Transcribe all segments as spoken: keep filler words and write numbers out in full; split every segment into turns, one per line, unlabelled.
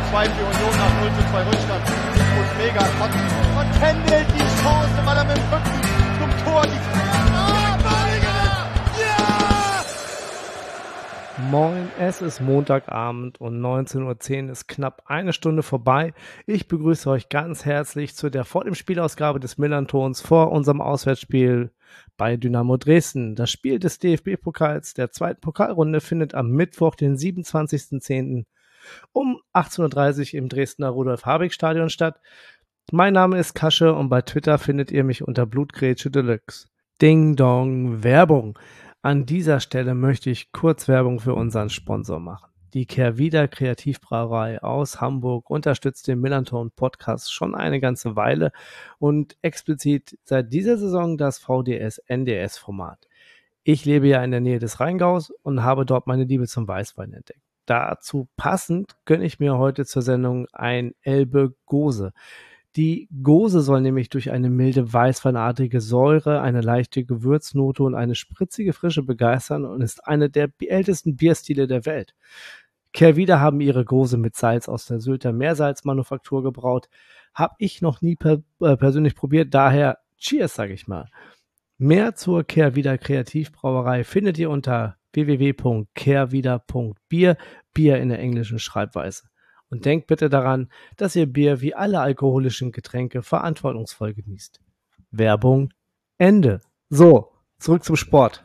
zwei für Union nach null zu zwei Rückstand. Ich muss mega kotzen. Und Kendall die Chance, weil er mit dem Rücken zum Tor die Ah, Ball! Ja!
Moin, es ist Montagabend und neunzehn Uhr zehn ist knapp eine Stunde vorbei. Ich begrüße euch ganz herzlich zu der vor dem Spielausgabe des Millern-Tons vor unserem Auswärtsspiel bei Dynamo Dresden. Das Spiel des D F B-Pokals der zweiten Pokalrunde findet am Mittwoch, den siebenundzwanzigsten zehnten um achtzehn Uhr dreißig im Dresdner Rudolf-Habig-Stadion statt. Mein Name ist Kasche und bei Twitter findet ihr mich unter Blutgrätsche Deluxe. Ding Dong Werbung. An dieser Stelle möchte ich kurz Werbung für unseren Sponsor machen. Die Kehrwieder Kreativbrauerei aus Hamburg unterstützt den Millern-Ton Podcast schon eine ganze Weile und explizit seit dieser Saison das V D S-N D S-Format. Ich lebe ja in der Nähe des Rheingaus und habe dort meine Liebe zum Weißwein entdeckt. Dazu passend gönne ich mir heute zur Sendung ein Elbe Gose. Die Gose soll nämlich durch eine milde weißweinartige Säure, eine leichte Gewürznote und eine spritzige Frische begeistern und ist eine der ältesten Bierstile der Welt. Kehrwieder haben ihre Gose mit Salz aus der Sylter Meersalzmanufaktur gebraut. Hab ich noch nie per, äh, persönlich probiert, daher Cheers, sage ich mal. Mehr zur Kehrwieder Kreativbrauerei findet ihr unter w w w punkt kehrwieder punkt bier, Bier in der englischen Schreibweise. Und denkt bitte daran, dass ihr Bier wie alle alkoholischen Getränke verantwortungsvoll genießt. Werbung Ende. So, zurück zum Sport.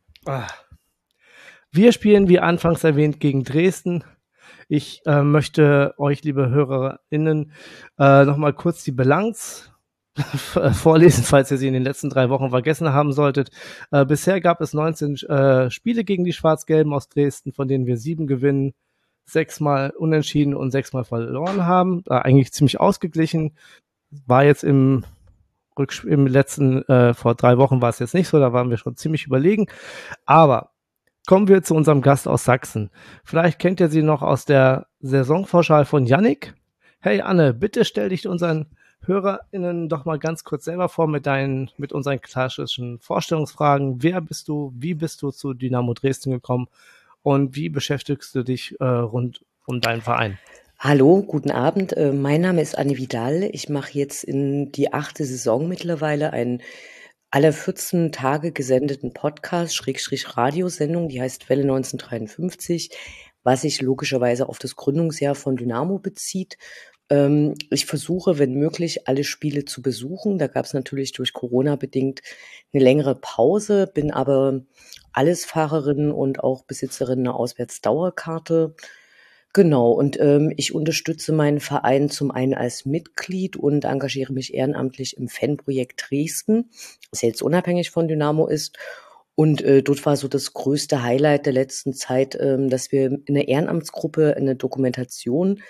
Wir spielen, wie anfangs erwähnt, gegen Dresden. Ich äh, möchte euch, liebe HörerInnen, äh, nochmal kurz die Bilanz vorlesen, falls ihr sie in den letzten drei Wochen vergessen haben solltet. Äh, bisher gab es neunzehn äh, Spiele gegen die Schwarz-Gelben aus Dresden, von denen wir sieben gewinnen, sechsmal unentschieden und sechsmal verloren haben. Äh, eigentlich ziemlich ausgeglichen. War jetzt im, Rücks- im letzten, äh, vor drei Wochen war es jetzt nicht so, da waren wir schon ziemlich überlegen. Aber kommen wir zu unserem Gast aus Sachsen. Vielleicht kennt ihr sie noch aus der Saisonvorschau von Yannick. Hey Anne, bitte stell dich unseren HörerInnen doch mal ganz kurz selber vor mit deinen, mit unseren klassischen Vorstellungsfragen. Wer bist du? Wie bist du zu Dynamo Dresden gekommen? Und wie beschäftigst du dich äh, rund um deinen Verein?
Hallo, guten Abend. Äh, mein Name ist Anne Vidal. Ich mache jetzt in die achte Saison mittlerweile einen alle vierzehn Tage gesendeten Podcast, Schrägstrich Radiosendung, die heißt Welle neunzehnhundertdreiundfünfzig, was sich logischerweise auf das Gründungsjahr von Dynamo bezieht. Ähm, ich versuche, wenn möglich, alle Spiele zu besuchen. Da gab es natürlich durch Corona bedingt eine längere Pause, bin aber Allesfahrerin und auch Besitzerin einer Auswärtsdauerkarte. Genau, und ähm, ich unterstütze meinen Verein zum einen als Mitglied und engagiere mich ehrenamtlich im Fanprojekt Dresden, das jetzt unabhängig von Dynamo ist. Und äh, dort war so das größte Highlight der letzten Zeit, ähm, dass wir in einer Ehrenamtsgruppe eine Dokumentation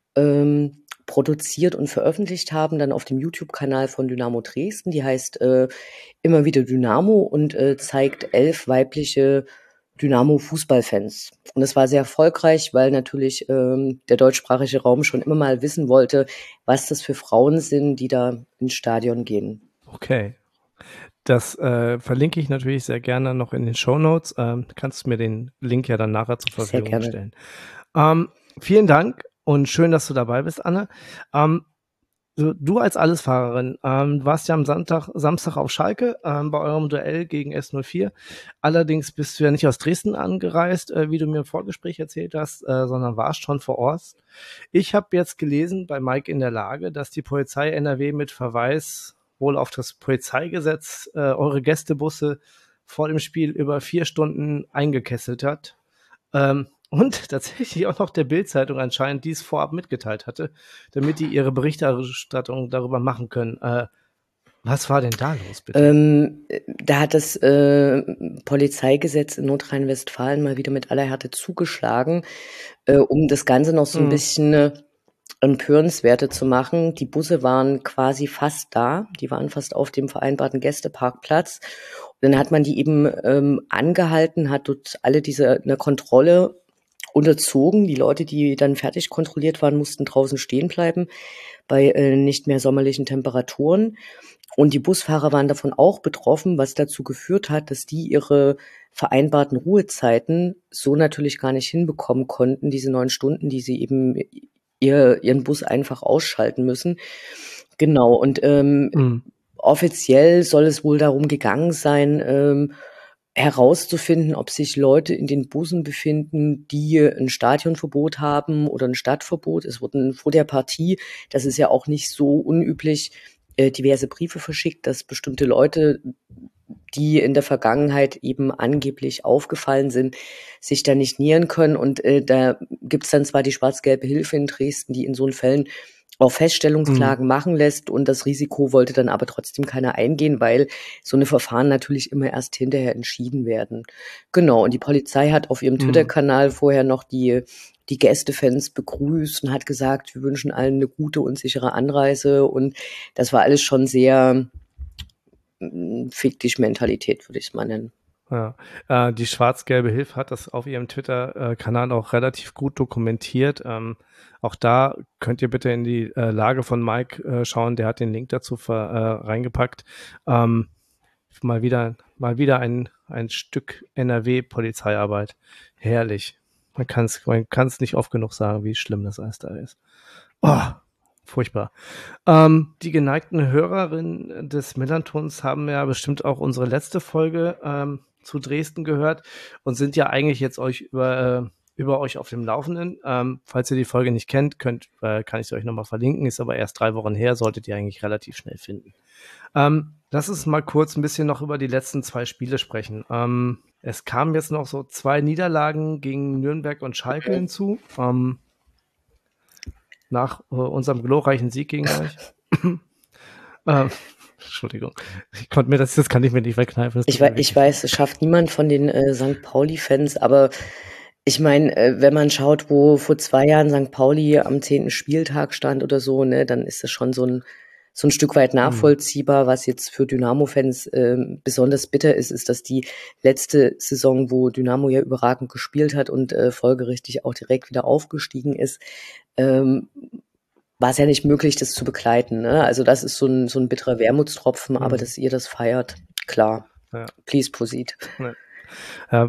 ähm, produziert und veröffentlicht haben, dann auf dem YouTube-Kanal von Dynamo Dresden. Die heißt äh, immer wieder Dynamo und äh, zeigt elf weibliche Dynamo-Fußballfans. Und es war sehr erfolgreich, weil natürlich ähm, der deutschsprachige Raum schon immer mal wissen wollte, was das für Frauen sind, die da ins Stadion gehen.
Okay. Das äh, verlinke ich natürlich sehr gerne noch in den Shownotes. Ähm, kannst du mir den Link ja dann nachher zur
Sehr
Verfügung
gerne.
stellen. Ähm, vielen Dank und schön, dass du dabei bist, Anne. Ähm, du, du als Allesfahrerin ähm, warst ja am Samstag, Samstag auf Schalke ähm, bei eurem Duell gegen S null vier. Allerdings bist du ja nicht aus Dresden angereist, äh, wie du mir im Vorgespräch erzählt hast, äh, sondern warst schon vor Ort. Ich habe jetzt gelesen bei Mike in der Lage, dass die Polizei N R W mit Verweis wohl auf das Polizeigesetz äh, eure Gästebusse vor dem Spiel über vier Stunden eingekesselt hat. Ähm, und tatsächlich auch noch der Bild-Zeitung anscheinend dies vorab mitgeteilt hatte, damit die ihre Berichterstattung darüber machen können. Äh, was war denn da los, bitte?
Ähm, da hat das äh, Polizeigesetz in Nordrhein-Westfalen mal wieder mit aller Härte zugeschlagen, äh, um das Ganze noch so ein
Mhm.
bisschen äh, empörenswerter zu machen. Die Busse waren quasi fast da, die waren fast auf dem vereinbarten Gästeparkplatz. Und dann hat man die eben ähm, angehalten, hat dort alle diese eine Kontrolle unterzogen. Die Leute, die dann fertig kontrolliert waren, mussten draußen stehen bleiben bei äh, nicht mehr sommerlichen Temperaturen. Und die Busfahrer waren davon auch betroffen, was dazu geführt hat, dass die ihre vereinbarten Ruhezeiten so natürlich gar nicht hinbekommen konnten, diese neun Stunden, die sie eben ihr, ihren Bus einfach ausschalten müssen. Genau, und ähm,
Mhm.
offiziell soll es wohl darum gegangen sein, ähm, herauszufinden, ob sich Leute in den Bussen befinden, die ein Stadionverbot haben oder ein Stadtverbot. Es wurden vor der Partie, das ist ja auch nicht so unüblich, äh, diverse Briefe verschickt, dass bestimmte Leute, die in der Vergangenheit eben angeblich aufgefallen sind, sich da nicht nähern können. Und äh, da gibt's dann zwar die Schwarz-Gelbe Hilfe in Dresden, die in so Fällen auch
Mhm.
Feststellungsklagen machen lässt, und das Risiko wollte dann aber trotzdem keiner eingehen, weil so eine Verfahren natürlich immer erst hinterher entschieden werden. Genau, und die Polizei hat auf ihrem
Mhm.
Twitter-Kanal vorher noch die die Gästefans begrüßt und hat gesagt, wir wünschen allen eine gute und sichere Anreise, und das war alles schon sehr mm, Fick dich Mentalität, würde ich es mal nennen.
Ja, äh, die Schwarz-Gelbe Hilfe hat das auf ihrem Twitter-Kanal auch relativ gut dokumentiert. Ähm, auch da könnt ihr bitte in die äh, Lage von Mike äh, schauen, der hat den Link dazu ver, äh, reingepackt. Ähm, mal wieder, mal wieder ein, ein Stück N R W-Polizeiarbeit. Herrlich. Man kann es man kann's nicht oft genug sagen, wie schlimm das alles da ist. Oh, furchtbar. Ähm, die geneigten Hörerinnen des Millantons haben ja bestimmt auch unsere letzte Folge ähm, zu Dresden gehört und sind ja eigentlich jetzt euch über, äh, über euch auf dem Laufenden. Ähm, falls ihr die Folge nicht kennt, könnt, äh, kann ich sie euch nochmal verlinken. Ist aber erst drei Wochen her, solltet ihr eigentlich relativ schnell finden. Ähm, lass uns mal kurz ein bisschen noch über die letzten zwei Spiele sprechen. Ähm, es kamen jetzt noch so zwei Niederlagen gegen Nürnberg und Schalke hinzu. Ähm, nach äh, unserem glorreichen Sieg gegen euch. ähm, Entschuldigung. Ich konnte mir das, das kann ich mir nicht wegkneifen. Das
Ich,
tut
wei
mir
ich
wirklich
weiß,
leid.
es schafft niemand von den äh, Sankt Pauli-Fans, aber ich meine, äh, wenn man schaut, wo vor zwei Jahren Sankt Pauli am zehnten Spieltag stand oder so, ne, dann ist das schon so ein, so ein Stück weit
Mhm.
nachvollziehbar. Was jetzt für Dynamo-Fans ähm, besonders bitter ist, ist, dass die letzte Saison, wo Dynamo ja überragend gespielt hat und äh, folgerichtig auch direkt wieder aufgestiegen ist, ähm, war es ja nicht möglich, das zu begleiten. Ne? Also das ist so ein, so ein bitterer Wermutstropfen, aber
Mhm.
dass ihr das feiert, klar.
Ja.
Please proceed.
Ja. Ja.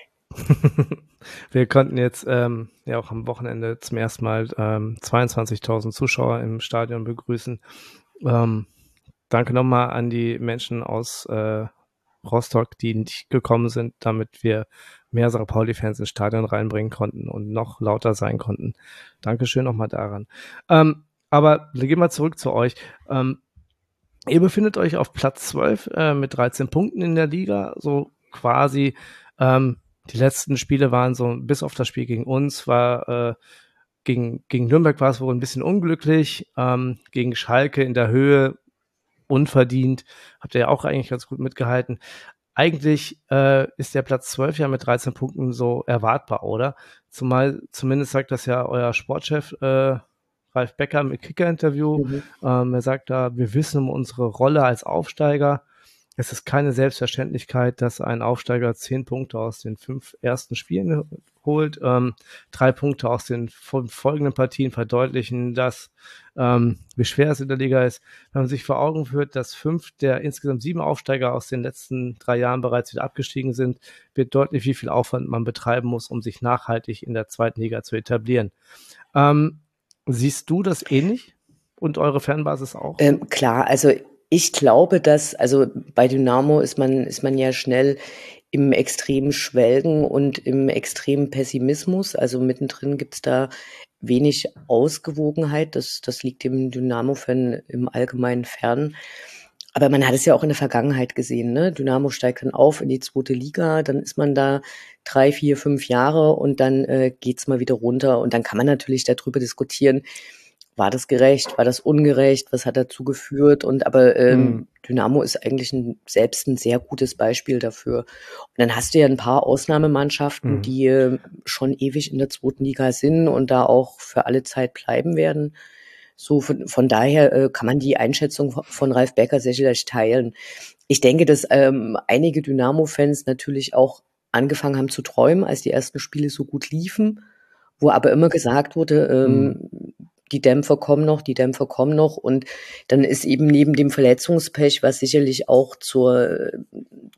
Wir konnten jetzt ähm, ja auch am Wochenende zum ersten Mal ähm, zweiundzwanzigtausend Zuschauer im Stadion begrüßen. Ähm, danke nochmal an die Menschen aus äh, Rostock, die nicht gekommen sind, damit wir mehr Sankt Pauli-Fans ins Stadion reinbringen konnten und noch lauter sein konnten. Dankeschön nochmal daran. Ähm, aber gehen wir zurück zu euch. Ähm, ihr befindet euch auf Platz zwölf äh, mit dreizehn Punkten in der Liga, so quasi. Ähm, die letzten Spiele waren so, bis auf das Spiel gegen uns, war äh, gegen, gegen Nürnberg war es wohl ein bisschen unglücklich, ähm, gegen Schalke in der Höhe unverdient, habt ihr ja auch eigentlich ganz gut mitgehalten. Eigentlich äh, ist der Platz zwölf ja mit dreizehn Punkten so erwartbar, oder? Zumal, zumindest sagt das ja euer Sportchef äh, Ralf Becker im Kicker-Interview.
Mhm.
Ähm, er sagt da, wir wissen um unsere Rolle als Aufsteiger. Es ist keine Selbstverständlichkeit, dass ein Aufsteiger zehn Punkte aus den fünf ersten Spielen holt. Ähm, drei Punkte aus den folgenden Partien verdeutlichen, dass ähm, wie schwer es in der Liga ist. Wenn man sich vor Augen führt, dass fünf der insgesamt sieben Aufsteiger aus den letzten drei Jahren bereits wieder abgestiegen sind, wird deutlich, wie viel Aufwand man betreiben muss, um sich nachhaltig in der zweiten Liga zu etablieren. Ähm, siehst du das ähnlich? Und eure Fanbasis auch?
Ähm, klar, also ich glaube, dass, also bei Dynamo ist man, ist man ja schnell im extremen Schwelgen und im extremen Pessimismus. Also mittendrin gibt's da wenig Ausgewogenheit. Das, das liegt dem Dynamo-Fan im Allgemeinen fern. Aber man hat es ja auch in der Vergangenheit gesehen, ne? Dynamo steigt dann auf in die zweite Liga, dann ist man da drei, vier, fünf Jahre und dann äh, geht's mal wieder runter. Und dann kann man natürlich darüber diskutieren, war das gerecht, war das ungerecht, was hat dazu geführt? Und aber ähm,
Hm.
Dynamo ist eigentlich ein, selbst ein sehr gutes Beispiel dafür. Und dann hast du ja ein paar Ausnahmemannschaften,
Mhm.
die äh, schon ewig in der zweiten Liga sind und da auch für alle Zeit bleiben werden. So von, von daher äh, kann man die Einschätzung von Ralf Becker sicherlich teilen. Ich denke, dass ähm, einige Dynamo-Fans natürlich auch angefangen haben zu träumen, als die ersten Spiele so gut liefen, wo aber immer gesagt wurde, ähm,
Mhm.
die Dämpfer kommen noch, die Dämpfer kommen noch. Und dann ist eben neben dem Verletzungspech, was sicherlich auch zur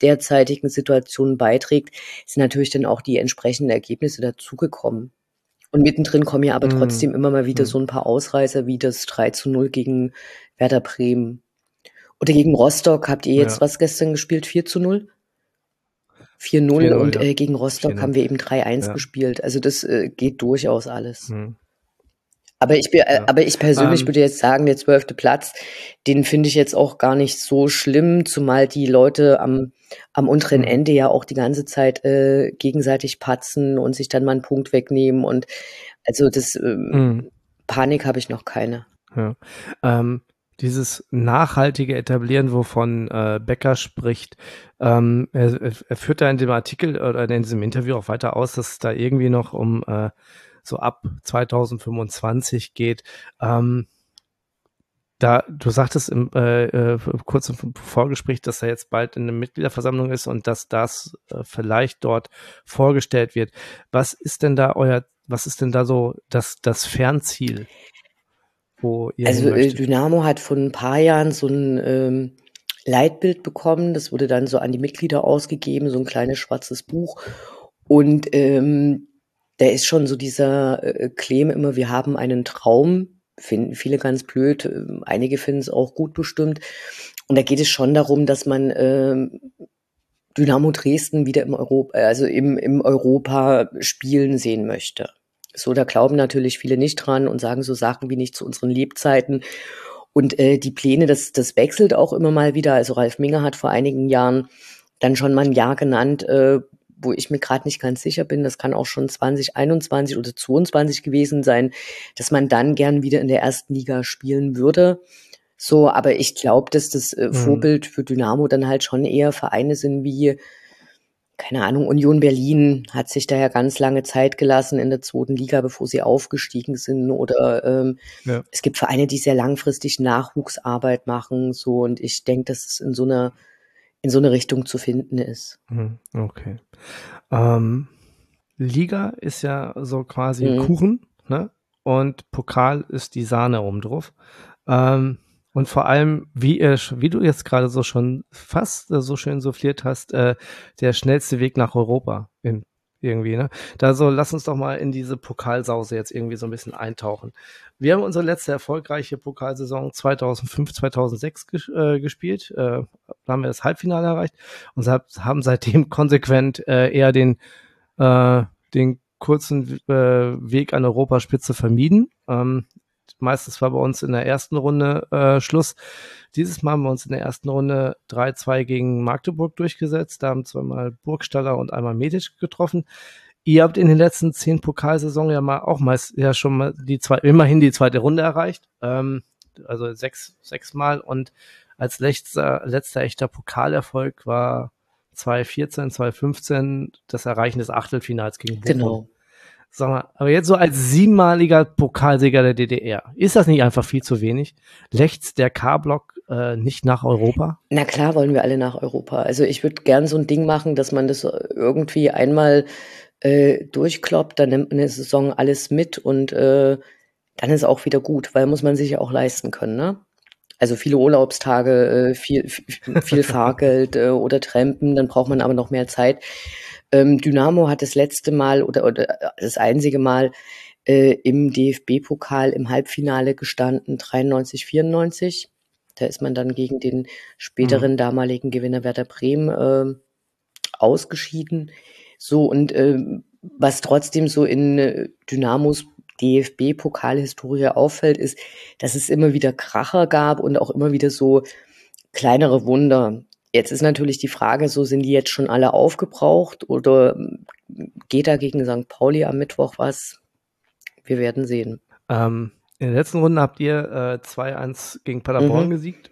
derzeitigen Situation beiträgt, sind natürlich dann auch die entsprechenden Ergebnisse dazugekommen. Und mittendrin kommen ja aber
Mm.
trotzdem immer mal wieder
Mm.
so ein paar Ausreißer wie das drei zu null gegen Werder Bremen. Oder gegen Rostock habt ihr jetzt
Ja.
was gestern gespielt? vier zu null? vier null
vier null,
und
ja.
äh, gegen Rostock
vier null.
haben wir eben drei eins
Ja.
gespielt. Also das äh, geht durchaus alles.
Hm.
Aber ich, be- äh,
Ja.
aber ich persönlich
Ähm,
würde jetzt sagen, der zwölfte Platz, den finde ich jetzt auch gar nicht so schlimm, zumal die Leute am, am unteren
Hm.
Ende ja auch die ganze Zeit äh, gegenseitig patzen und sich dann mal einen Punkt wegnehmen. Und also das ähm,
Hm.
Panik habe ich noch keine.
Ja. Ähm, dieses nachhaltige Etablieren, wovon äh, Becker spricht, ähm, er, er führt da in dem Artikel oder in diesem Interview auch weiter aus, dass es da irgendwie noch um äh, so ab zwanzig fünfundzwanzig geht. Ähm, da, du sagtest im äh, äh, kurz im Vorgespräch, dass er jetzt bald in einer Mitgliederversammlung ist und dass das äh, vielleicht dort vorgestellt wird. Was ist denn da euer, was ist denn da so das, das Fernziel, wo ihr hin
Also äh,
möchtet?
Dynamo hat vor ein paar Jahren so ein ähm, Leitbild bekommen, das wurde dann so an die Mitglieder ausgegeben, so ein kleines schwarzes Buch. Und ähm, da ist schon so dieser äh, Claim immer, wir haben einen Traum, finden viele ganz blöd, äh, einige finden es auch gut bestimmt. Und da geht es schon darum, dass man ähm, Dynamo Dresden wieder im Europa, also im, im Europa spielen sehen möchte. So, da glauben natürlich viele nicht dran und sagen so Sachen wie nicht zu unseren Lebzeiten. Und äh, die Pläne, das, das wechselt auch immer mal wieder. Also Ralf Minger hat vor einigen Jahren dann schon mal ein Jahr genannt, äh, wo ich mir gerade nicht ganz sicher bin, das kann auch schon zwanzig einundzwanzig oder zweiundzwanzig gewesen sein, dass man dann gern wieder in der ersten Liga spielen würde. So, aber ich glaube, dass das äh,
Mhm.
Vorbild für Dynamo dann halt schon eher Vereine sind wie, keine Ahnung, Union Berlin hat sich da ja ganz lange Zeit gelassen in der zweiten Liga, bevor sie aufgestiegen sind. Oder ähm,
Ja.
es gibt Vereine, die sehr langfristig Nachwuchsarbeit machen. So, und ich denke, dass es in so einer in so eine Richtung zu finden ist.
Mhm. Okay. Ähm, Liga ist ja so quasi
Mhm.
Kuchen, ne? Und Pokal ist die Sahne oben drauf. Ähm, und vor allem, wie, ihr, sch- wie du jetzt gerade so schon fast äh, so schön souffliert hast, äh, der schnellste Weg nach Europa in, irgendwie, ne? Da so, lass uns doch mal in diese Pokalsause jetzt irgendwie so ein bisschen eintauchen. Wir haben unsere letzte erfolgreiche Pokalsaison zweitausendfünf, zweitausendsechs ges äh, gespielt. Äh, da haben wir das Halbfinale erreicht und hab, haben seitdem konsequent äh, eher den, äh, den kurzen äh, Weg an Europaspitze vermieden. Ähm, meistens war bei uns in der ersten Runde äh, Schluss. Dieses Mal haben wir uns in der ersten Runde drei zwei gegen Magdeburg durchgesetzt. Da haben zweimal Burgstaller und einmal Medic getroffen. Ihr habt in den letzten zehn Pokalsaisonen ja mal auch meist ja schon mal die zwei, immerhin die zweite Runde erreicht. Ähm, also sechs, sechs Mal und als letzter, letzter echter Pokalerfolg war zwanzig vierzehn, zwanzig fünfzehn das Erreichen des Achtelfinals gegen Bochum.
Genau.
Sag mal, aber jetzt so als siebenmaliger Pokalsieger der D D R, ist das nicht einfach viel zu wenig? Lächzt der K-Block äh, nicht nach Europa?
Na klar wollen wir alle nach Europa. Also ich würde gern so ein Ding machen, dass man das irgendwie einmal äh, durchkloppt, dann nimmt man eine Saison alles mit und äh, dann ist auch wieder gut, weil muss man sich ja auch leisten können, ne? Also viele Urlaubstage, äh, viel, viel, viel Fahrgeld äh, oder Trampen, dann braucht man aber noch mehr Zeit. Ähm, Dynamo hat das letzte Mal oder, oder das einzige Mal äh, im D F B-Pokal im Halbfinale gestanden, dreiundneunzig, vierundneunzig. Da ist man dann gegen den späteren
Mhm.
damaligen Gewinner Werder Bremen äh, ausgeschieden. So, und ähm, was trotzdem so in äh, Dynamos D F B-Pokalhistorie auffällt, ist, dass es immer wieder Kracher gab und auch immer wieder so kleinere Wunder. Jetzt ist natürlich die Frage, so sind die jetzt schon alle aufgebraucht oder ähm, geht da gegen Sankt Pauli am Mittwoch was? Wir werden sehen.
Ähm, in der letzten Runde habt ihr äh, zwei eins gegen Paderborn
Mhm.
gesiegt.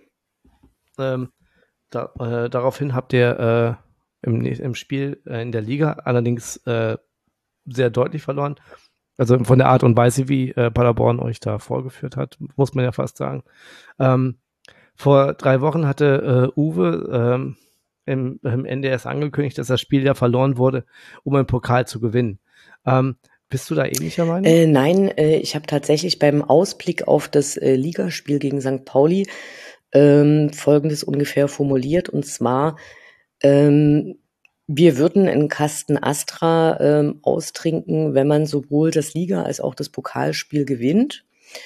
Ähm, da, äh, daraufhin habt ihr äh, im, im Spiel äh, in der Liga allerdings äh, sehr deutlich verloren. Also von der Art und Weise, wie äh, Paderborn euch da vorgeführt hat, muss man ja fast sagen. Ähm, vor drei Wochen hatte äh, Uwe ähm, im, im N D S angekündigt, dass das Spiel ja verloren wurde, um den Pokal zu gewinnen. Ähm, bist du da ähnlicher Meinung?
Äh, nein, äh, ich habe tatsächlich beim Ausblick auf das äh, Ligaspiel gegen Sankt Pauli ähm, Folgendes ungefähr formuliert. Und zwar, ähm, Wir würden einen Kasten Astra ähm, austrinken, wenn man sowohl das Liga- als auch das Pokalspiel gewinnt.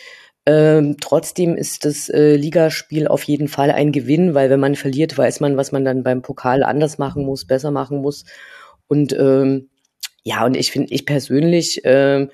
Ähm, trotzdem ist das äh, Ligaspiel auf jeden Fall ein Gewinn, weil wenn man verliert, weiß man, was man dann beim Pokal anders machen muss, besser machen muss. Und ähm, ja, und ich finde, ich persönlich ähm,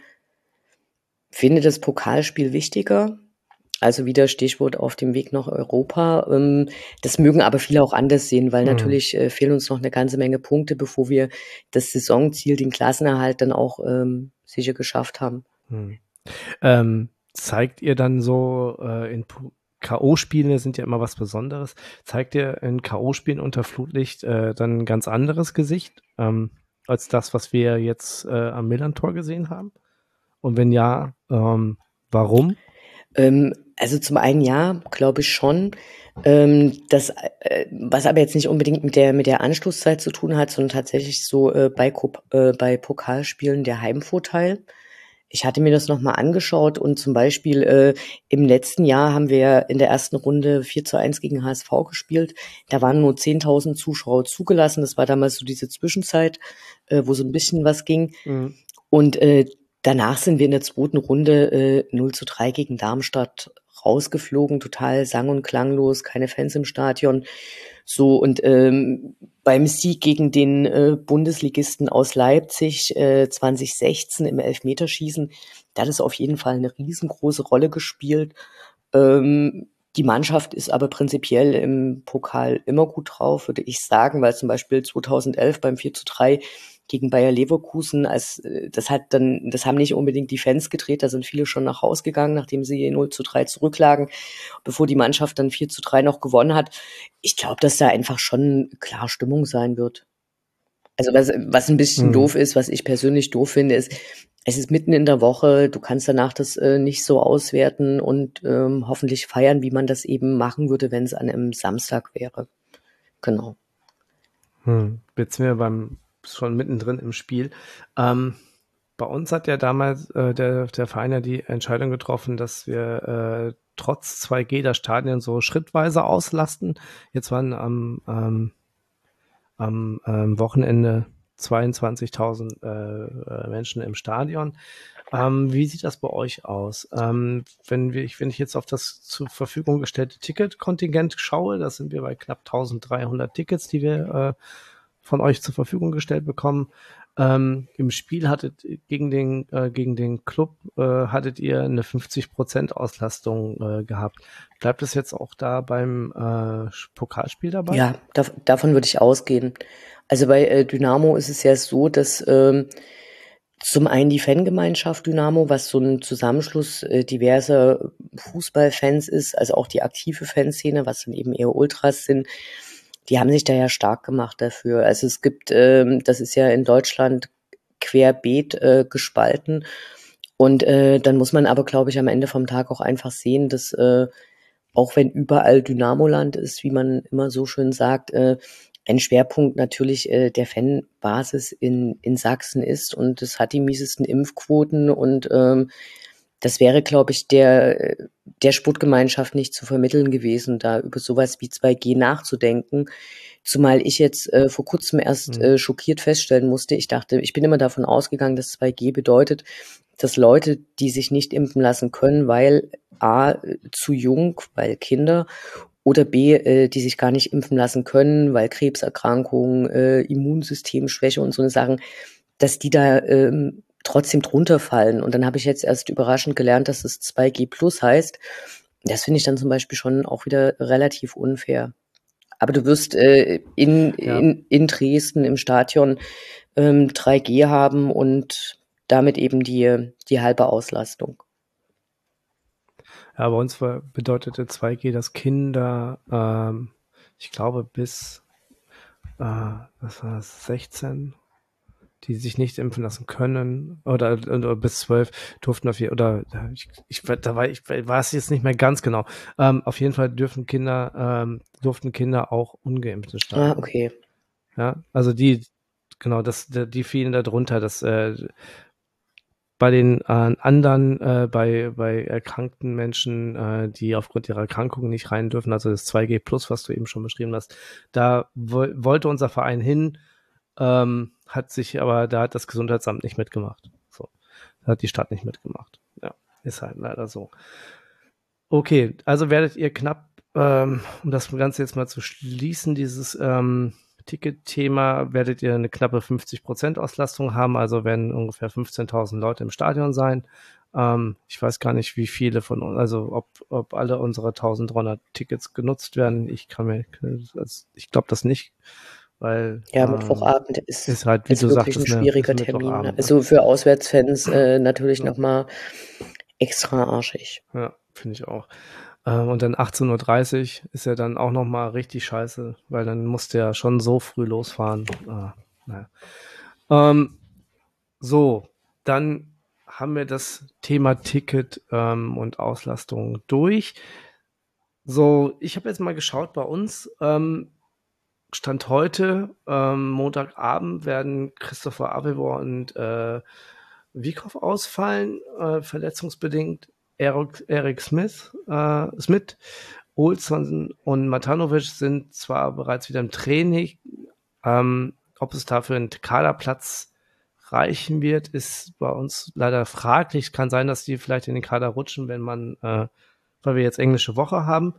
finde das Pokalspiel wichtiger. Also wieder Stichwort auf dem Weg nach Europa. Ähm, das mögen aber viele auch anders sehen, weil
Mhm.
natürlich äh, fehlen uns noch eine ganze Menge Punkte, bevor wir das Saisonziel, den Klassenerhalt, dann auch ähm, sicher geschafft haben.
Hm. Ähm, zeigt ihr dann so äh, in Pu- K O-Spiele sind ja immer was Besonderes. Zeigt ihr in K O-Spielen unter Flutlicht äh, dann ein ganz anderes Gesicht ähm, als das, was wir jetzt äh, am Millern-Tor gesehen haben? Und wenn ja, ähm, warum?
Ähm, also zum einen ja, glaube ich schon. Ähm, das, äh, was aber jetzt nicht unbedingt mit der mit der Anschlusszeit zu tun hat, sondern tatsächlich so äh, bei, Kop äh, bei Pokalspielen der Heimvorteil. Ich hatte mir das nochmal angeschaut und zum Beispiel äh, im letzten Jahr haben wir in der ersten Runde vier zu eins gegen H S V gespielt. Da waren nur zehntausend Zuschauer zugelassen. Das war damals so diese Zwischenzeit, äh, wo so ein bisschen was ging.
Mhm.
Und äh, danach sind wir in der zweiten Runde äh, null zu drei gegen Darmstadt rausgeflogen, total sang- und klanglos, keine Fans im Stadion. So, und ähm, beim Sieg gegen den äh, Bundesligisten aus Leipzig äh, zwanzig sechzehn im Elfmeterschießen, da hat es auf jeden Fall eine riesengroße Rolle gespielt. Ähm, die Mannschaft ist aber prinzipiell im Pokal immer gut drauf, würde ich sagen, weil zum Beispiel zweitausendelf beim vier zu drei gegen Bayer Leverkusen, als äh, das hat dann, das haben nicht unbedingt die Fans gedreht, da sind viele schon nach Haus gegangen, nachdem sie null zu drei zurücklagen, bevor die Mannschaft dann vier zu drei noch gewonnen hat. Ich glaube, dass da einfach schon klar Stimmung sein wird. Also was, was ein bisschen
Mhm.
doof ist, was ich persönlich doof finde, ist, es ist mitten in der Woche, du kannst danach das äh, nicht so auswerten und ähm, hoffentlich feiern, wie man das eben machen würde, wenn es an einem Samstag wäre. Genau.
Hm. Jetzt sind wir beim schon mittendrin im Spiel. Ähm, bei uns hat ja damals äh, der, der Verein ja die Entscheidung getroffen, dass wir äh, trotz zwei G das Stadion so schrittweise auslasten. Jetzt waren am, ähm, am ähm, Wochenende zweiundzwanzigtausend äh, äh, Menschen im Stadion. Ähm, wie sieht das bei euch aus? Ähm, wenn wir, wenn ich jetzt auf das zur Verfügung gestellte Ticketkontingent schaue, da sind wir bei knapp eintausenddreihundert Tickets, die wir äh, von euch zur Verfügung gestellt bekommen. Ähm, Im Spiel hattet gegen den äh, gegen den Club äh, hattet ihr eine fünfzig Prozent Auslastung äh, gehabt. Bleibt es jetzt auch da beim äh, Pokalspiel dabei?
Ja, da, davon würde ich ausgehen. Also bei äh, Dynamo ist es ja so, dass ähm, zum einen die Fangemeinschaft Dynamo, was so ein Zusammenschluss äh, diverser Fußballfans ist, also auch die aktive Fanszene, was dann eben eher Ultras sind, die haben sich da ja stark gemacht dafür. Also es gibt, ähm, das ist ja in Deutschland querbeet äh, gespalten. Und äh, dann muss man aber, glaube ich, am Ende vom Tag auch einfach sehen, dass äh, auch wenn überall Dynamoland ist, wie man immer so schön sagt, äh, ein Schwerpunkt natürlich äh, der Fanbasis in, in Sachsen ist und es hat die miesesten Impfquoten und ähm, das wäre, glaube ich, der, der Sportgemeinschaft nicht zu vermitteln gewesen, da über sowas wie zwei G nachzudenken. Zumal ich jetzt äh, vor kurzem erst
Mhm.
äh, schockiert feststellen musste, ich dachte, ich bin immer davon ausgegangen, dass zwei G bedeutet, dass Leute, die sich nicht impfen lassen können, weil A, zu jung, weil Kinder, oder B, äh, die sich gar nicht impfen lassen können, weil Krebserkrankungen, äh, Immunsystemschwäche und so eine Sachen, dass die da ähm, trotzdem drunter fallen. Und dann habe ich jetzt erst überraschend gelernt, dass es zwei G plus heißt. Das finde ich dann zum Beispiel schon auch wieder relativ unfair. Aber du wirst äh, in,
Ja.
in, in Dresden im Stadion ähm, drei G haben und damit eben die, die halbe Auslastung.
Ja, bei uns war, bedeutete zwei G, dass Kinder, ähm, ich glaube, bis äh, was war das, sechzehn, die sich nicht impfen lassen können, oder, oder bis zwölf durften auf jeden oder ich, ich da war ich weiß jetzt nicht mehr ganz genau. Ähm, auf jeden Fall dürfen Kinder, ähm, durften Kinder auch ungeimpft ins
Ah,
Stadion.
okay.
Ja, also die, genau, das, die fielen da drunter, dass äh, bei den äh, anderen, äh, bei, bei erkrankten Menschen, äh, die aufgrund ihrer Erkrankung nicht rein dürfen, also das zwei G plus, was du eben schon beschrieben hast, da wo wollte unser Verein hin, Ähm, hat sich aber, da hat das Gesundheitsamt nicht mitgemacht. So. Da hat die Stadt nicht mitgemacht. Ja, ist halt leider so. Okay, also werdet ihr knapp, ähm, um das Ganze jetzt mal zu schließen, dieses ähm, Ticket-Thema, werdet ihr eine knappe fünfzig Prozent Auslastung haben, also werden ungefähr fünfzehntausend Leute im Stadion sein. Ähm, ich weiß gar nicht, wie viele von uns, also ob, ob alle unsere eintausenddreihundert Tickets genutzt werden. Ich kann mir, ich glaube das nicht, weil
Ja,
ähm,
Mittwochabend ist,
ist halt, wie
ist
du
wirklich ein
sagtest, ne, ist
schwieriger
ein
Termin.
Mittwochabend. Ne?
Also für Auswärtsfans äh, natürlich
Ja.
nochmal extra arschig.
Ja, finde ich auch. Ähm, und dann achtzehn Uhr dreißig ist ja dann auch nochmal richtig scheiße, weil dann musst du ja schon so früh losfahren. Ah, naja. Ähm, so, dann haben wir das Thema Ticket ähm, und Auslastung durch. So, ich habe jetzt mal geschaut bei uns. Ähm, Stand heute, ähm, Montagabend, werden Christopher Avevor und äh, Wiekow ausfallen, äh, verletzungsbedingt. Eric, Eric Smith, äh, Smith, Olsson und Matanovic sind zwar bereits wieder im Training. Ähm, ob es dafür einen Kaderplatz reichen wird, ist bei uns leider fraglich. Kann sein, dass die vielleicht in den Kader rutschen, wenn man, äh, weil wir jetzt englische Woche haben.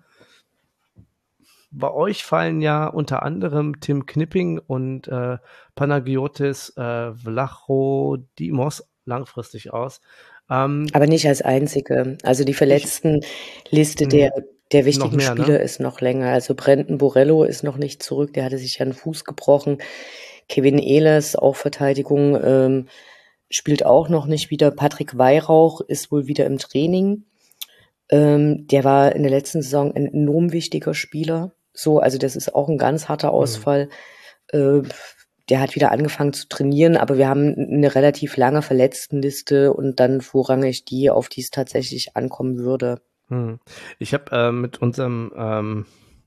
Bei euch fallen ja unter anderem Tim Knipping und äh, Panagiotis äh, Vlachodimos langfristig aus. Ähm,
Aber nicht als einzige. Also die
ich,
Verletztenliste
nee,
der, der
sind noch
wichtigen
mehr,
Spieler
ne?
ist noch länger. Also Brendan Borello ist noch nicht zurück, der hatte sich ja einen Fuß gebrochen. Kevin Ehlers, auch Verteidigung, ähm, spielt auch noch nicht wieder. Patrick Weihrauch ist wohl wieder im Training. Ähm, der war in der letzten Saison ein enorm wichtiger Spieler. So, also das ist auch ein ganz harter Ausfall. Mhm. Äh, der hat wieder angefangen zu trainieren, aber wir haben eine relativ lange Verletztenliste und dann vorrangig die, auf die es tatsächlich ankommen würde.
Hm. Ich habe äh, mit unserem ähm,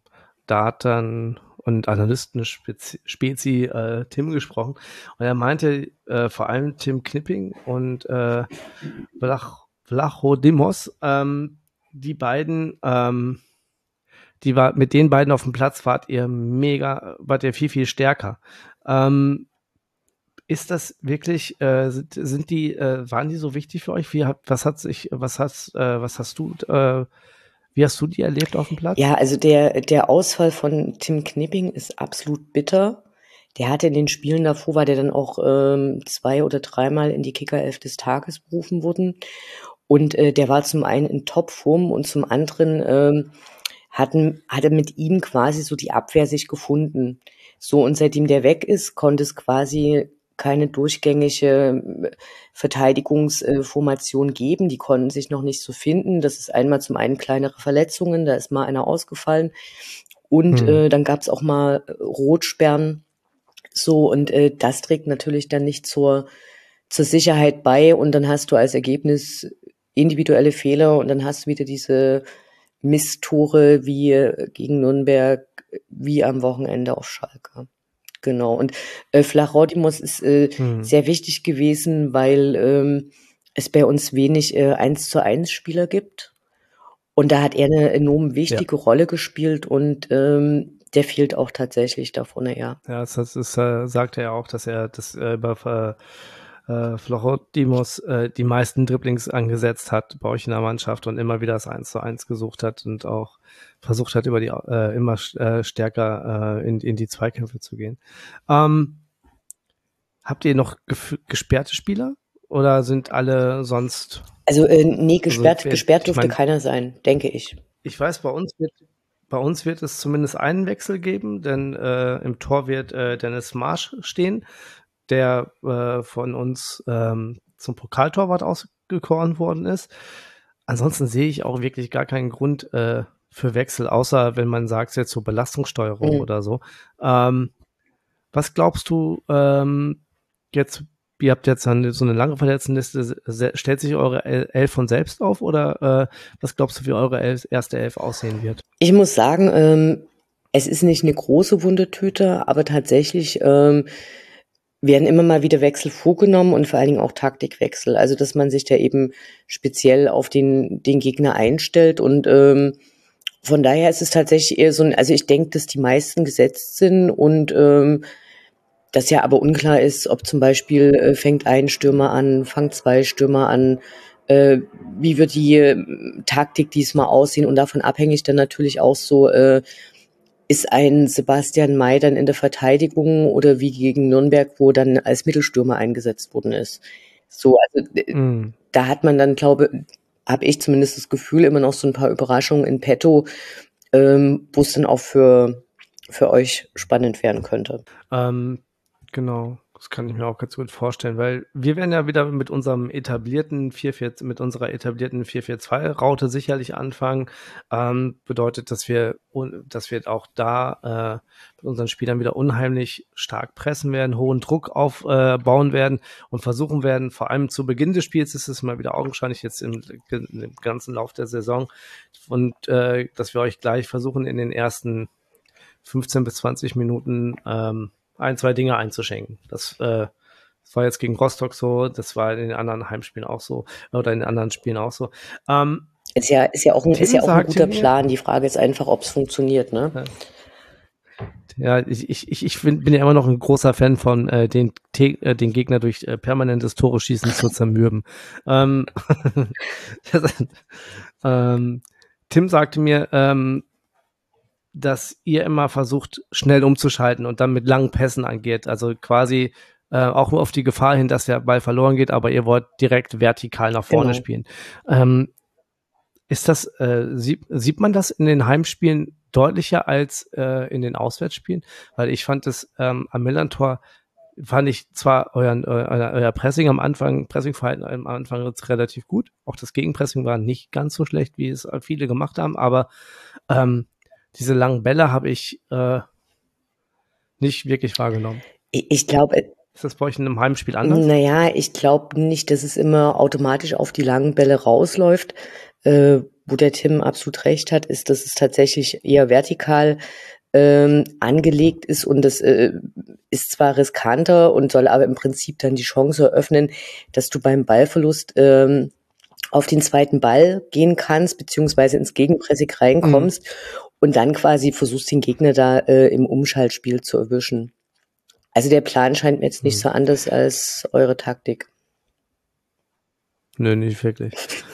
Daten- und Analysten-Spezi Spezi, äh, Tim gesprochen und er meinte äh, vor allem Tim Knipping und äh, Vlach Vlachodimos, ähm, die beiden, ähm, die war mit den beiden auf dem Platz wart ihr mega, wart ihr viel, viel stärker. Ähm, ist das wirklich, äh, sind, sind die, äh, waren die so wichtig für euch? Wie hat, was hat sich, was hast, äh, was hast du, äh, wie hast du die erlebt auf dem Platz?
Ja, also der, der Ausfall von Tim Knipping ist absolut bitter. Der hatte in den Spielen davor, war der dann auch ähm, zwei oder dreimal in die Kickerelf des Tages berufen worden. Und äh, der war zum einen in Topform und zum anderen ähm, hatten, hatte mit ihm quasi so die Abwehr sich gefunden. So, und seitdem der weg ist, konnte es quasi keine durchgängige Verteidigungsformation geben. Die konnten sich noch nicht so finden. Das ist einmal zum einen kleinere Verletzungen, da ist mal einer ausgefallen. Und
Hm.
äh, dann gab es auch mal Rotsperren. So, und äh, das trägt natürlich dann nicht zur, zur Sicherheit bei. Und dann hast du als Ergebnis individuelle Fehler und dann hast du wieder diese Misstore wie gegen Nürnberg, wie am Wochenende auf Schalke. Genau. Und äh, Vlachodimos ist äh,
Hm.
sehr wichtig gewesen, weil ähm, es bei uns wenig äh, eins zu eins Spieler gibt. Und da hat er eine enorm wichtige
Ja.
Rolle gespielt und ähm, der fehlt auch tatsächlich davon, ja.
Ja, das, das ist, äh, sagt er ja auch, dass er das äh, bei äh, Vlachodimos äh, die meisten Dribblings angesetzt hat bei euch in der Mannschaft und immer wieder das eins zu eins gesucht hat und auch versucht hat, über die äh, immer äh, stärker äh, in, in die Zweikämpfe zu gehen. Ähm, habt ihr noch gesperrte Spieler oder sind alle sonst?
Also äh, nee, gesperrt,
Also,
gesperrt dürfte
ich mein,
keiner sein, denke ich.
Ich weiß, bei uns wird bei uns wird es zumindest einen Wechsel geben, denn äh, im Tor wird äh, Dennis Marsch stehen, der äh, von uns ähm, zum Pokaltorwart ausgekoren worden ist. Ansonsten sehe ich auch wirklich gar keinen Grund äh, für Wechsel, außer wenn man sagt, jetzt so Belastungssteuerung
Mhm.
oder so. Ähm, was glaubst du ähm, jetzt? Ihr habt jetzt eine, so eine lange Verletztenliste. Stellt sich eure Elf von selbst auf oder äh, was glaubst du, wie eure Elf, erste Elf aussehen wird?
Ich muss sagen, ähm, es ist nicht eine große Wundertüte, aber tatsächlich ähm, werden immer mal wieder Wechsel vorgenommen und vor allen Dingen auch Taktikwechsel. Also dass man sich da eben speziell auf den, den Gegner einstellt und ähm, von daher ist es tatsächlich eher so ein, also ich denke, dass die meisten gesetzt sind und ähm, dass ja aber unklar ist, ob zum Beispiel äh, fängt ein Stürmer an, fangt zwei Stürmer an, äh, wie wird die äh, Taktik diesmal aussehen und davon abhängig dann natürlich auch so, äh, ist ein Sebastian May dann in der Verteidigung oder wie gegen Nürnberg, wo dann als Mittelstürmer eingesetzt worden ist. So, also mm. da hat man dann, glaube, habe ich zumindest das Gefühl, immer noch so ein paar Überraschungen in petto, ähm, wo es dann auch für, für euch spannend werden könnte.
Ähm, genau. Das kann ich mir auch ganz gut vorstellen, weil wir werden ja wieder mit unserem etablierten vier vier, mit unserer etablierten vier vier zwei Raute sicherlich anfangen. Ähm, bedeutet, dass wir, dass wir auch da äh, mit unseren Spielern wieder unheimlich stark pressen werden, hohen Druck aufbauen äh, werden und versuchen werden, vor allem zu Beginn des Spiels, ist es mal wieder augenscheinlich jetzt im, im ganzen Lauf der Saison, und äh, dass wir euch gleich versuchen, in den ersten fünfzehn bis zwanzig Minuten ähm, ein, zwei Dinge einzuschenken. Das, äh, das war jetzt gegen Rostock so, das war in den anderen Heimspielen auch so, oder in den anderen Spielen auch so. Ähm,
ist ja, ist ja auch ein, ist ja auch ein guter mir, Plan. Die Frage ist einfach, ob es funktioniert, ne?
Ja, ich, ich, ich bin, bin ja immer noch ein großer Fan von äh, den, äh, den Gegner durch äh, permanentes Tore schießen zu zermürben. ähm, das, ähm, Tim sagte mir, ähm, dass ihr immer versucht, schnell umzuschalten und dann mit langen Pässen angeht. Also quasi äh, auch nur auf die Gefahr hin, dass der Ball verloren geht, aber ihr wollt direkt vertikal nach vorne genau. spielen. Ähm, ist das, äh, sieht, sieht man das in den Heimspielen deutlicher als äh, in den Auswärtsspielen? Weil ich fand es ähm, am Millerntor, fand ich zwar euren, euer, euer Pressing am Anfang, Pressingverhalten am Anfang jetzt relativ gut. Auch das Gegenpressing war nicht ganz so schlecht, wie es viele gemacht haben, aber ähm, diese langen Bälle habe ich äh, nicht wirklich wahrgenommen.
Ich, ich glaube,
ist das bei euch in einem Heimspiel anders?
Naja, ich glaube nicht, dass es immer automatisch auf die langen Bälle rausläuft. Äh, wo der Tim absolut recht hat, ist, dass es tatsächlich eher vertikal ähm, angelegt ist und das äh, ist zwar riskanter und soll aber im Prinzip dann die Chance eröffnen, dass du beim Ballverlust ähm, auf den zweiten Ball gehen kannst, beziehungsweise ins Gegenpressing reinkommst mhm. und dann quasi versuchst, den Gegner da äh, im Umschaltspiel zu erwischen. Also der Plan scheint mir jetzt nicht mhm. so anders als eure Taktik.
Nö, nicht wirklich.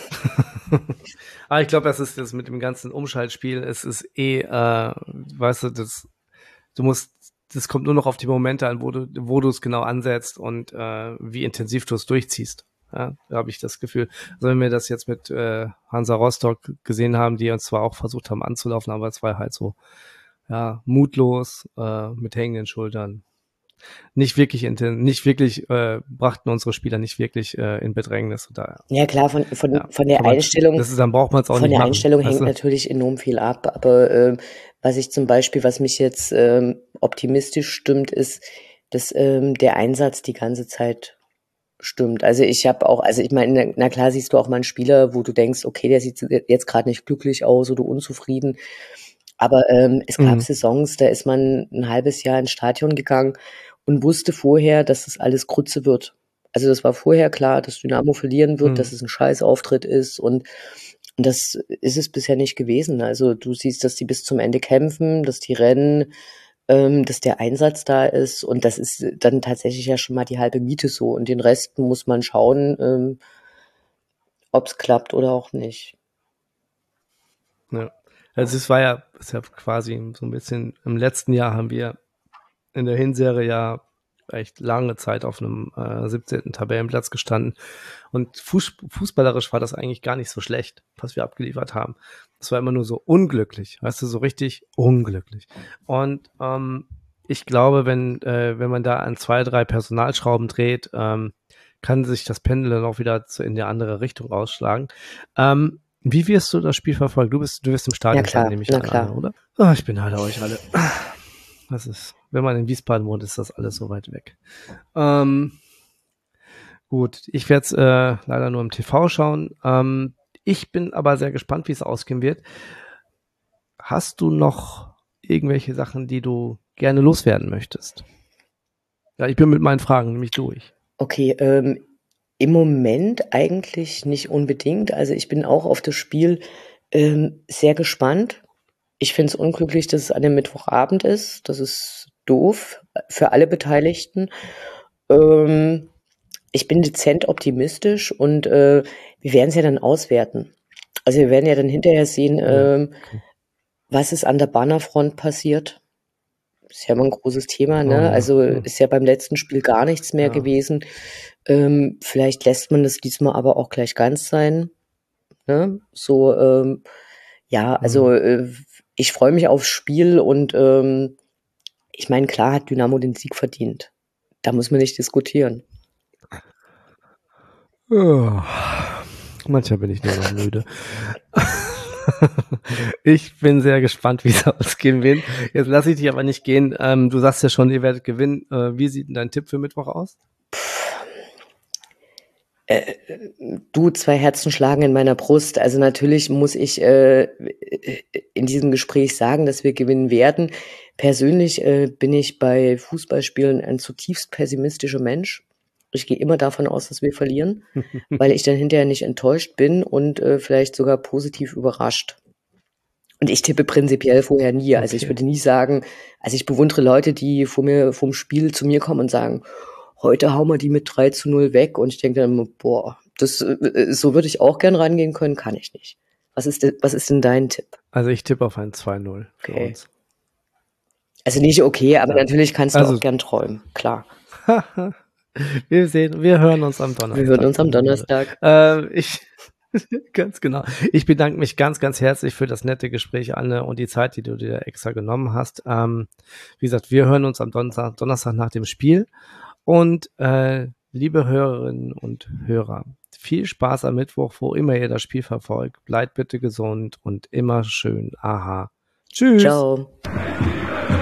Aber ich glaube, das ist das mit dem ganzen Umschaltspiel. Es ist eh, äh, weißt du, das, du musst, das kommt nur noch auf die Momente an, wo du, wo du es genau ansetzt und äh, wie intensiv du es durchziehst. Ja, da habe ich das Gefühl. Also wenn wir das jetzt mit äh, Hansa Rostock gesehen haben, die uns zwar auch versucht haben anzulaufen, aber es war halt so, ja, mutlos, äh, mit hängenden Schultern. Nicht wirklich, nicht wirklich äh, brachten unsere Spieler nicht wirklich äh, in Bedrängnis. Da,
ja klar, von, von, ja, von der Einstellung,
das ist, dann braucht man es auch
von
nicht
der
machen,
Einstellung hängt
weißt du?
natürlich enorm viel ab. Aber äh, was ich zum Beispiel, was mich jetzt ähm, optimistisch stimmt, ist, dass ähm, der Einsatz die ganze Zeit stimmt. Also ich habe auch, also ich meine, na klar siehst du auch mal einen Spieler, wo du denkst, okay, der sieht jetzt gerade nicht glücklich aus oder unzufrieden. Aber ähm, es gab mhm. Saisons, da ist man ein halbes Jahr ins Stadion gegangen und wusste vorher, dass das alles Grütze wird. Also das war vorher klar, dass Dynamo verlieren wird, mhm. dass es ein Scheißauftritt ist und, und das ist es bisher nicht gewesen. Also du siehst, dass die bis zum Ende kämpfen, dass die rennen, ähm, dass der Einsatz da ist und das ist dann tatsächlich ja schon mal die halbe Miete so und den Rest muss man schauen, ähm, ob es klappt oder auch nicht.
Ja, also es war ja, es ist ja quasi so ein bisschen, im letzten Jahr haben wir in der Hinserie ja echt lange Zeit auf einem äh, siebzehnten Tabellenplatz gestanden. Und Fuß, fußballerisch war das eigentlich gar nicht so schlecht, was wir abgeliefert haben. Es war immer nur so unglücklich, weißt du, so richtig unglücklich. Und ähm, ich glaube, wenn, äh, wenn man da an zwei, drei Personalschrauben dreht, ähm, kann sich das Pendel dann auch wieder zu, in die andere Richtung ausschlagen. Ähm, wie wirst du das Spiel verfolgen? Du bist, du wirst im Stadion sein, nehme ich an, klar. Oder? Oh, ich bin halt euch alle. Das ist, wenn man in Wiesbaden wohnt, ist das alles so weit weg. Ähm, gut, ich werde es äh, leider nur im T V schauen. Ähm, ich bin aber sehr gespannt, wie es ausgehen wird. Hast du noch irgendwelche Sachen, die du gerne loswerden möchtest? Ja, ich bin mit meinen Fragen nämlich durch.
Okay, ähm, im Moment eigentlich nicht unbedingt. Also ich bin auch auf das Spiel ähm, sehr gespannt. Ich finde es unglücklich, dass es an dem Mittwochabend ist. Das ist doof. für alle Beteiligten. Ähm, ich bin dezent optimistisch und äh, wir werden es ja dann auswerten. Also wir werden ja dann hinterher sehen,
Ja,
ähm,
okay.
was ist an der Bannerfront passiert. Ist ja immer ein großes Thema,
Oh
ne?
ja.
Also
Hm.
ist ja beim letzten Spiel gar nichts mehr
Ja.
gewesen. Ähm, vielleicht lässt man das diesmal aber auch gleich ganz sein. Ne? So, ähm, ja, also
Hm.
äh, ich freue mich aufs Spiel und ähm, ich meine, klar hat Dynamo den Sieg verdient. Da muss man nicht diskutieren.
Oh. Manchmal bin ich nur noch müde. Ich bin sehr gespannt, wie es ausgehen wird. Jetzt lasse ich dich aber nicht gehen. Ähm, du sagst ja schon, ihr werdet gewinnen. Äh, wie sieht denn dein Tipp für Mittwoch aus?
Äh, du, zwei Herzen schlagen in meiner Brust. Also natürlich muss ich äh, in diesem Gespräch sagen, dass wir gewinnen werden. Persönlich äh, bin ich bei Fußballspielen ein zutiefst pessimistischer Mensch. Ich gehe immer davon aus, dass wir verlieren, weil ich dann hinterher nicht enttäuscht bin und äh, vielleicht sogar positiv überrascht. Und ich tippe prinzipiell vorher nie. Also ich
Okay.
würde nie sagen, also ich bewundere Leute, die vor mir vom Spiel zu mir kommen und sagen, heute hauen wir die mit drei zu null weg. Und ich denke dann immer, boah, das, äh, so würde ich auch gern rangehen können, kann ich nicht. Was ist denn, was ist denn dein Tipp?
Also ich tippe auf ein zwei null für
Okay.
uns.
Also nicht okay, aber
Ja.
natürlich kannst du
Also
auch gern träumen, klar.
wir sehen, wir hören uns am Donnerstag.
Wir hören uns am Donnerstag.
Äh, ich Ganz genau. Ich bedanke mich ganz, ganz herzlich für das nette Gespräch, Anne, und die Zeit, die du dir extra genommen hast. Ähm, wie gesagt, wir hören uns am Donnerstag, Donnerstag nach dem Spiel. Und äh, liebe Hörerinnen und Hörer, viel Spaß am Mittwoch, wo immer ihr das Spiel verfolgt. Bleibt bitte gesund und immer schön. Aha. Tschüss.
Ciao.